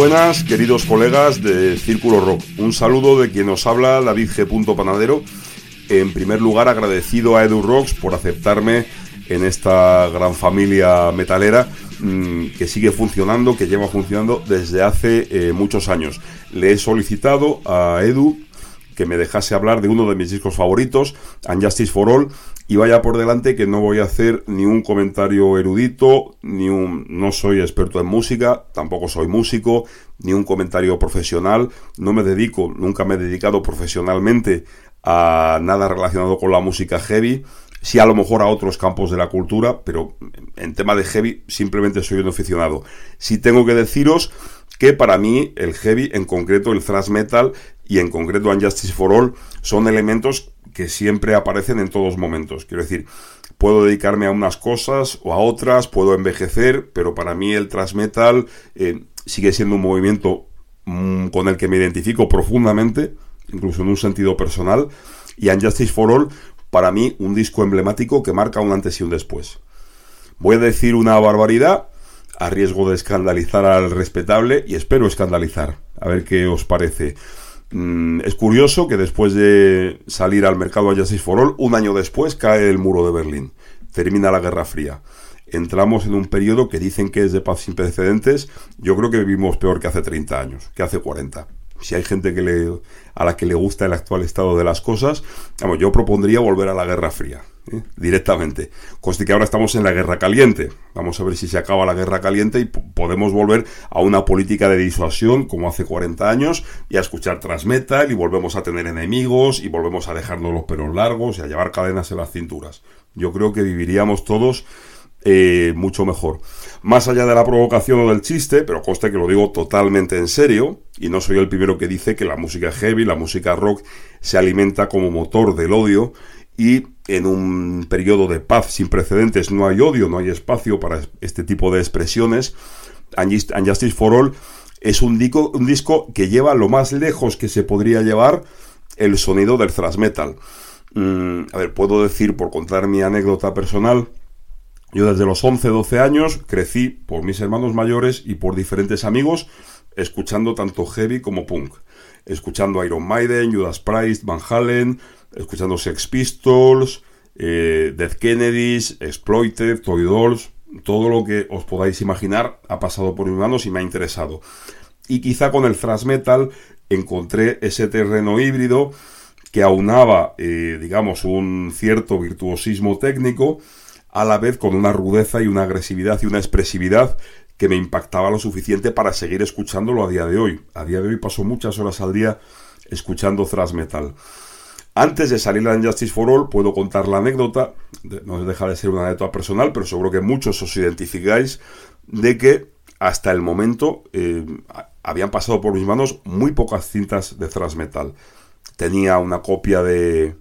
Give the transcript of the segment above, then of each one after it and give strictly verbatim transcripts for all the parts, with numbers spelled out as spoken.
buenas, queridos colegas de Círculo Rock. Un saludo de quien os habla, David G. Panadero. En primer lugar, agradecido a Edu Rocks por aceptarme en esta gran familia metalera mmm, que sigue funcionando, que lleva funcionando desde hace eh, muchos años. Le he solicitado a Edu que me dejase hablar de uno de mis discos favoritos, And Justice for All, y vaya por delante que no voy a hacer ni un comentario erudito, ni un no soy experto en música, tampoco soy músico, ni un comentario profesional. No me dedico, nunca me he dedicado profesionalmente a nada relacionado con la música heavy, sí a lo mejor a otros campos de la cultura, pero en tema de heavy simplemente soy un aficionado. Sí tengo que deciros que para mí el heavy, en concreto el thrash metal y en concreto And Justice for All, son elementos que siempre aparecen en todos momentos. Quiero decir, puedo dedicarme a unas cosas o a otras, puedo envejecer, pero para mí el thrash metal eh, sigue siendo un movimiento mmm, con el que me identifico profundamente, incluso en un sentido personal, y And Justice for All, para mí, un disco emblemático que marca un antes y un después. Voy a decir una barbaridad, a riesgo de escandalizar al respetable, y espero escandalizar, a ver qué os parece. Mm, es curioso que después de salir al mercado a Justice for All, un año después cae el muro de Berlín, termina la Guerra Fría. Entramos en un periodo que dicen que es de paz sin precedentes. Yo creo que vivimos peor que hace treinta años, que hace cuarenta. Si hay gente que le, a la que le gusta el actual estado de las cosas, vamos, yo propondría volver a la Guerra Fría, ¿eh? directamente. Conste que ahora estamos en la Guerra Caliente. Vamos a ver si se acaba la Guerra Caliente y p- podemos volver a una política de disuasión como hace cuarenta años y a escuchar thrash metal y volvemos a tener enemigos y volvemos a dejarnos los pelos largos y a llevar cadenas en las cinturas. Yo creo que viviríamos todos Eh, mucho mejor. Más allá de la provocación o del chiste, pero conste que lo digo totalmente en serio, y no soy el primero que dice que la música heavy, la música rock, se alimenta como motor del odio, y en un periodo de paz sin precedentes no hay odio, no hay espacio para este tipo de expresiones. And Justice for All es un disco, un disco que lleva lo más lejos que se podría llevar el sonido del thrash metal. Mm, a ver, puedo decir, por contar mi anécdota personal, yo desde los once doce años crecí por mis hermanos mayores y por diferentes amigos escuchando tanto heavy como punk. Escuchando Iron Maiden, Judas Priest, Van Halen, escuchando Sex Pistols, eh, Dead Kennedys, Exploited, Toy Dolls. Todo lo que os podáis imaginar ha pasado por mis manos y me ha interesado. Y quizá con el thrash metal encontré ese terreno híbrido que aunaba, eh, digamos, un cierto virtuosismo técnico, a la vez con una rudeza y una agresividad y una expresividad que me impactaba lo suficiente para seguir escuchándolo a día de hoy. A día de hoy paso muchas horas al día escuchando thrash metal. Antes de salir a Justice for All, puedo contar la anécdota, no deja de ser una anécdota personal, pero seguro que muchos os identificáis, de que hasta el momento eh, habían pasado por mis manos muy pocas cintas de thrash metal. Tenía una copia de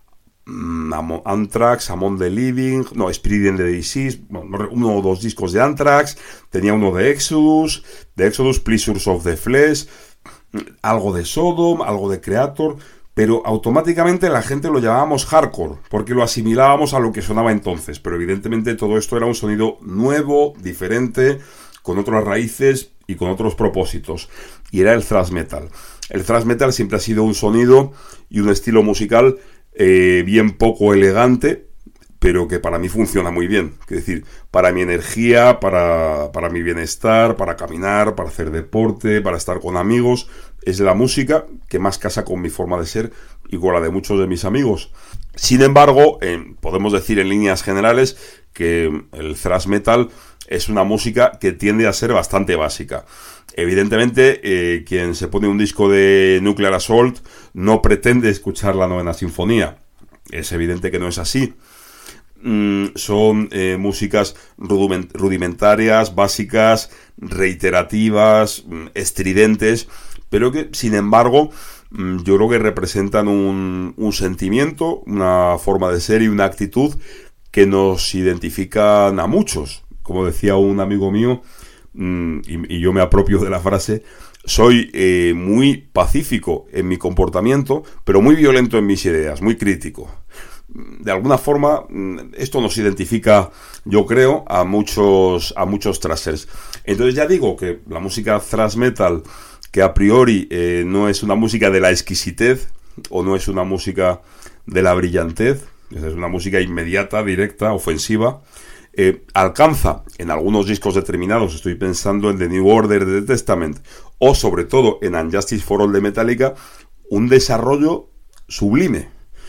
Anthrax, Among the Living, no, Spirit and the Disease, bueno, uno o dos discos de Anthrax, tenía uno de Exodus, de Exodus, Pleasures of the Flesh, algo de Sodom, algo de Creator, pero automáticamente la gente lo llamábamos hardcore, porque lo asimilábamos a lo que sonaba entonces, pero evidentemente todo esto era un sonido nuevo, diferente, con otras raíces y con otros propósitos, y era el thrash metal. El thrash metal siempre ha sido un sonido y un estilo musical Eh, bien poco elegante, pero que para mí funciona muy bien. Es decir, para mi energía, para, para mi bienestar, para caminar, para hacer deporte, para estar con amigos, es la música que más casa con mi forma de ser y con la de muchos de mis amigos. Sin embargo, eh, podemos decir en líneas generales que el thrash metal es una música que tiende a ser bastante básica. Evidentemente, eh, quien se pone un disco de Nuclear Assault no pretende escuchar la novena sinfonía. Es evidente que no es así. Mm, son eh, músicas rudiment- rudimentarias, básicas, reiterativas, mm, estridentes, pero que, sin embargo, mm, yo creo que representan un, un sentimiento, una forma de ser y una actitud que nos identifican a muchos. Como decía un amigo mío, y, y yo me apropio de la frase, soy eh, muy pacífico en mi comportamiento, pero muy violento en mis ideas, muy crítico. de alguna forma, esto nos identifica, yo creo, a muchos, a muchos thrashers. Entonces ya digo que la música thrash metal, que a priori eh, no es una música de la exquisitez, o no es una música de la brillantez, es una música inmediata, directa, ofensiva, eh, alcanza en algunos discos determinados, estoy pensando en The New Order de The Testament, o sobre todo en Unjustice for All de Metallica, un desarrollo sublime.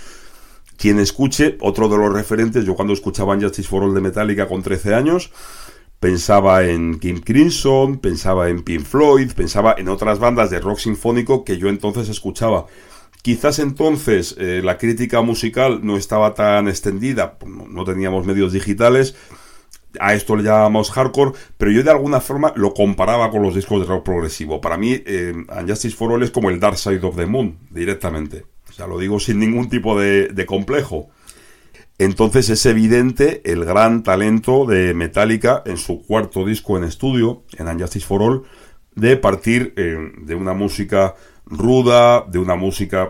Quien escuche, otro de los referentes, yo cuando escuchaba Unjustice for All de Metallica con trece años, pensaba en King Crimson, pensaba en Pink Floyd, pensaba en otras bandas de rock sinfónico que yo entonces escuchaba. Quizás entonces eh, la crítica musical no estaba tan extendida, no, no teníamos medios digitales, a esto le llamábamos hardcore, pero yo de alguna forma lo comparaba con los discos de rock progresivo. Para mí, eh, Unjustice for All es como el Dark Side of the Moon, directamente. O sea, lo digo sin ningún tipo de, de complejo. Entonces es evidente el gran talento de Metallica en su cuarto disco en estudio, en Unjustice for All, de partir eh, de una música ruda, de una música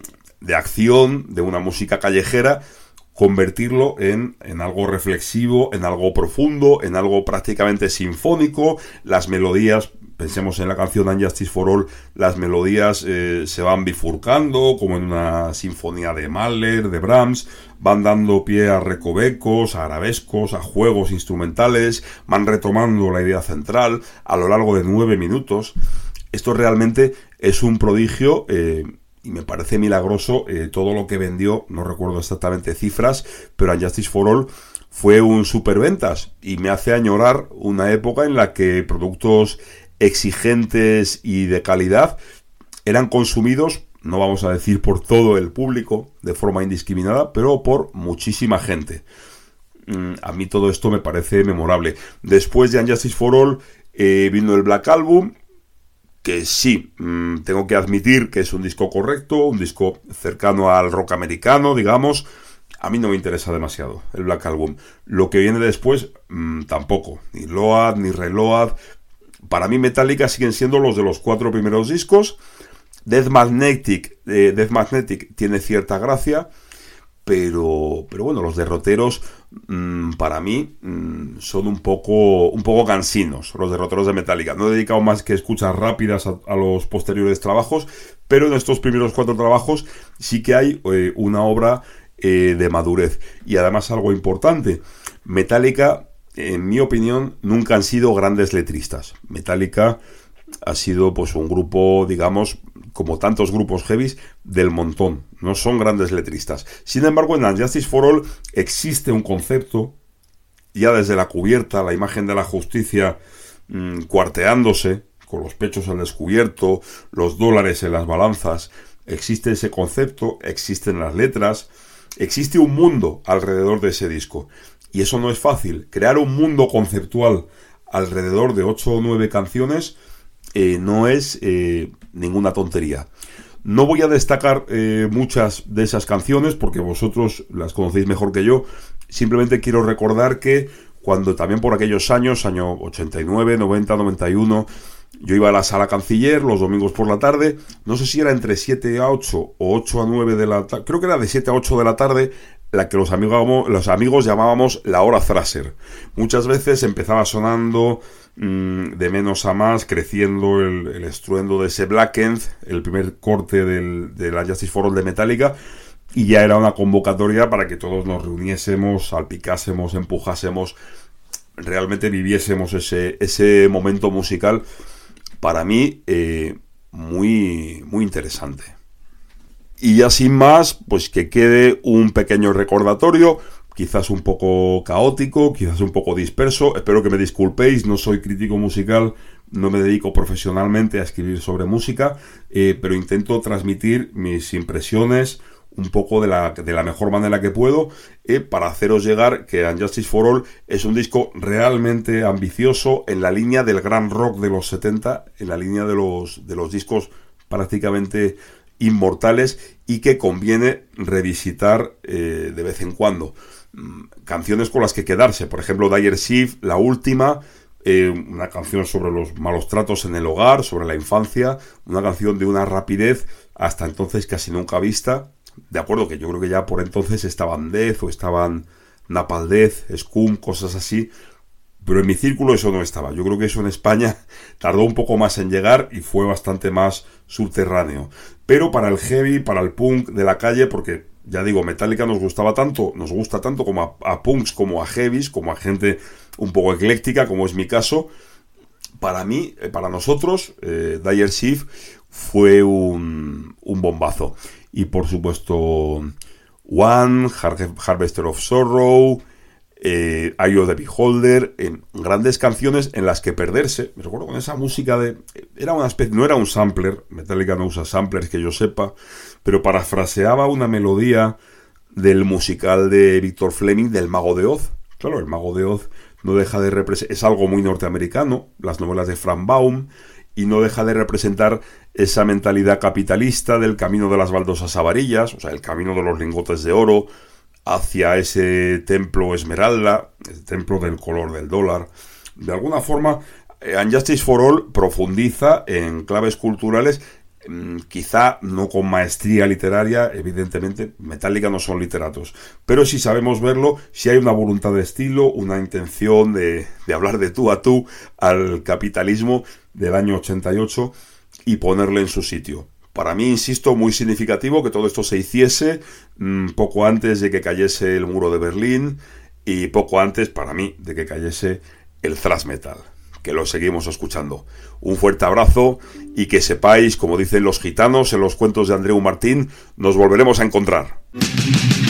de acción, de una música callejera, convertirlo en, en algo reflexivo, en algo profundo, en algo prácticamente sinfónico. Las melodías, pensemos en la canción Unjustice for All, las melodías eh, se van bifurcando, como en una sinfonía de Mahler, de Brahms, van dando pie a recovecos, a arabescos, a juegos instrumentales, van retomando la idea central a lo largo de nueve minutos. Esto realmente es un prodigio eh, y me parece milagroso eh, todo lo que vendió, no recuerdo exactamente cifras, pero Unjustice for All fue un superventas y me hace añorar una época en la que productos exigentes y de calidad eran consumidos, no vamos a decir por todo el público de forma indiscriminada, pero por muchísima gente. Mm, a mí todo esto me parece memorable. Después de Unjustice for All eh, vino el Black Album, que sí, mmm, tengo que admitir que es un disco correcto, un disco cercano al rock americano, digamos. A mí no me interesa demasiado el Black Album. Lo que viene después, mmm, tampoco. Ni Load, ni Reload. Para mí Metallica siguen siendo los de los cuatro primeros discos. Death Magnetic, eh, Death Magnetic tiene cierta gracia, pero, pero bueno, los derroteros mmm, para mí mmm, son un poco, un poco cansinos, los derroteros de Metallica. No he dedicado más que escuchas rápidas a, a los posteriores trabajos, pero en estos primeros cuatro trabajos sí que hay eh, una obra eh, de madurez. Y además algo importante, Metallica, en mi opinión, nunca han sido grandes letristas. Metallica ha sido pues un grupo, digamos, como tantos grupos heavies, del montón. No son grandes letristas. Sin embargo, en Unjustice for All existe un concepto, ya desde la cubierta, la imagen de la justicia mmm, cuarteándose, con los pechos al descubierto, los dólares en las balanzas. Existe ese concepto, existen las letras, existe un mundo alrededor de ese disco. Y eso no es fácil. Crear un mundo conceptual alrededor de ocho o nueve canciones eh, no es eh, ninguna tontería. No voy a destacar eh, muchas de esas canciones porque vosotros las conocéis mejor que yo. Simplemente quiero recordar que cuando también por aquellos años, año ochenta y nueve, noventa, noventa y uno, yo iba a la Sala Canciller los domingos por la tarde, no sé si era entre siete a ocho o ocho a nueve de la tarde, creo que era de siete a ocho de la tarde, la que los amigos, los amigos llamábamos la hora Thrasher. Muchas veces empezaba sonando mmm, de menos a más, creciendo el, el estruendo de ese Black End, el primer corte del, de la Justice for All de Metallica, y ya era una convocatoria para que todos nos reuniésemos, salpicásemos, empujásemos, realmente viviésemos ese, ese momento musical, para mí, eh, muy, muy interesante. Y ya sin más, pues que quede un pequeño recordatorio, quizás un poco caótico, quizás un poco disperso, espero que me disculpéis, no soy crítico musical, no me dedico profesionalmente a escribir sobre música, eh, pero intento transmitir mis impresiones un poco de la, de la mejor manera que puedo, eh, para haceros llegar que Unjustice for All es un disco realmente ambicioso en la línea del gran rock de los setenta, en la línea de los, de los discos prácticamente inmortales y que conviene revisitar eh, de vez en cuando. Mm, canciones con las que quedarse, por ejemplo Dire Shift, la última, eh, una canción sobre los malos tratos en el hogar, sobre la infancia, una canción de una rapidez hasta entonces casi nunca vista, De acuerdo, que yo creo que ya por entonces estaban Death o estaban Napalm Death, Scum, cosas así, pero en mi círculo eso no estaba. Yo creo que eso en España tardó un poco más en llegar y fue bastante más subterráneo. Pero para el heavy, para el punk de la calle, porque ya digo, Metallica nos gustaba tanto, nos gusta tanto como a, a punks, como a heavies, como a gente un poco ecléctica, como es mi caso. Para mí, para nosotros, eh, Dire Chief fue un, un bombazo. Y por supuesto, One, Har- Harvester of Sorrow, eh, Eye of the Beholder, en grandes canciones en las que perderse. Me recuerdo con esa música de... Era una especie, no era un sampler, Metallica no usa samplers que yo sepa, pero parafraseaba una melodía del musical de Victor Fleming, del Mago de Oz. Claro, el Mago de Oz no deja de representar... Es algo muy norteamericano, las novelas de Frank Baum, y no deja de representar esa mentalidad capitalista del camino de las baldosas avarillas, o sea, el camino de los lingotes de oro, hacia ese templo esmeralda, el templo del color del dólar. De alguna forma, And Justice for All profundiza en claves culturales, quizá no con maestría literaria, evidentemente, Metallica no son literatos, pero si sabemos verlo, si hay una voluntad de estilo, una intención de, de hablar de tú a tú al capitalismo del año ochenta y ocho y ponerle en su sitio. Para mí, insisto, muy significativo que todo esto se hiciese mmm, poco antes de que cayese el muro de Berlín y poco antes, para mí, de que cayese el thrash metal, que lo seguimos escuchando. Un fuerte abrazo y que sepáis, como dicen los gitanos en los cuentos de Andreu Martín, nos volveremos a encontrar.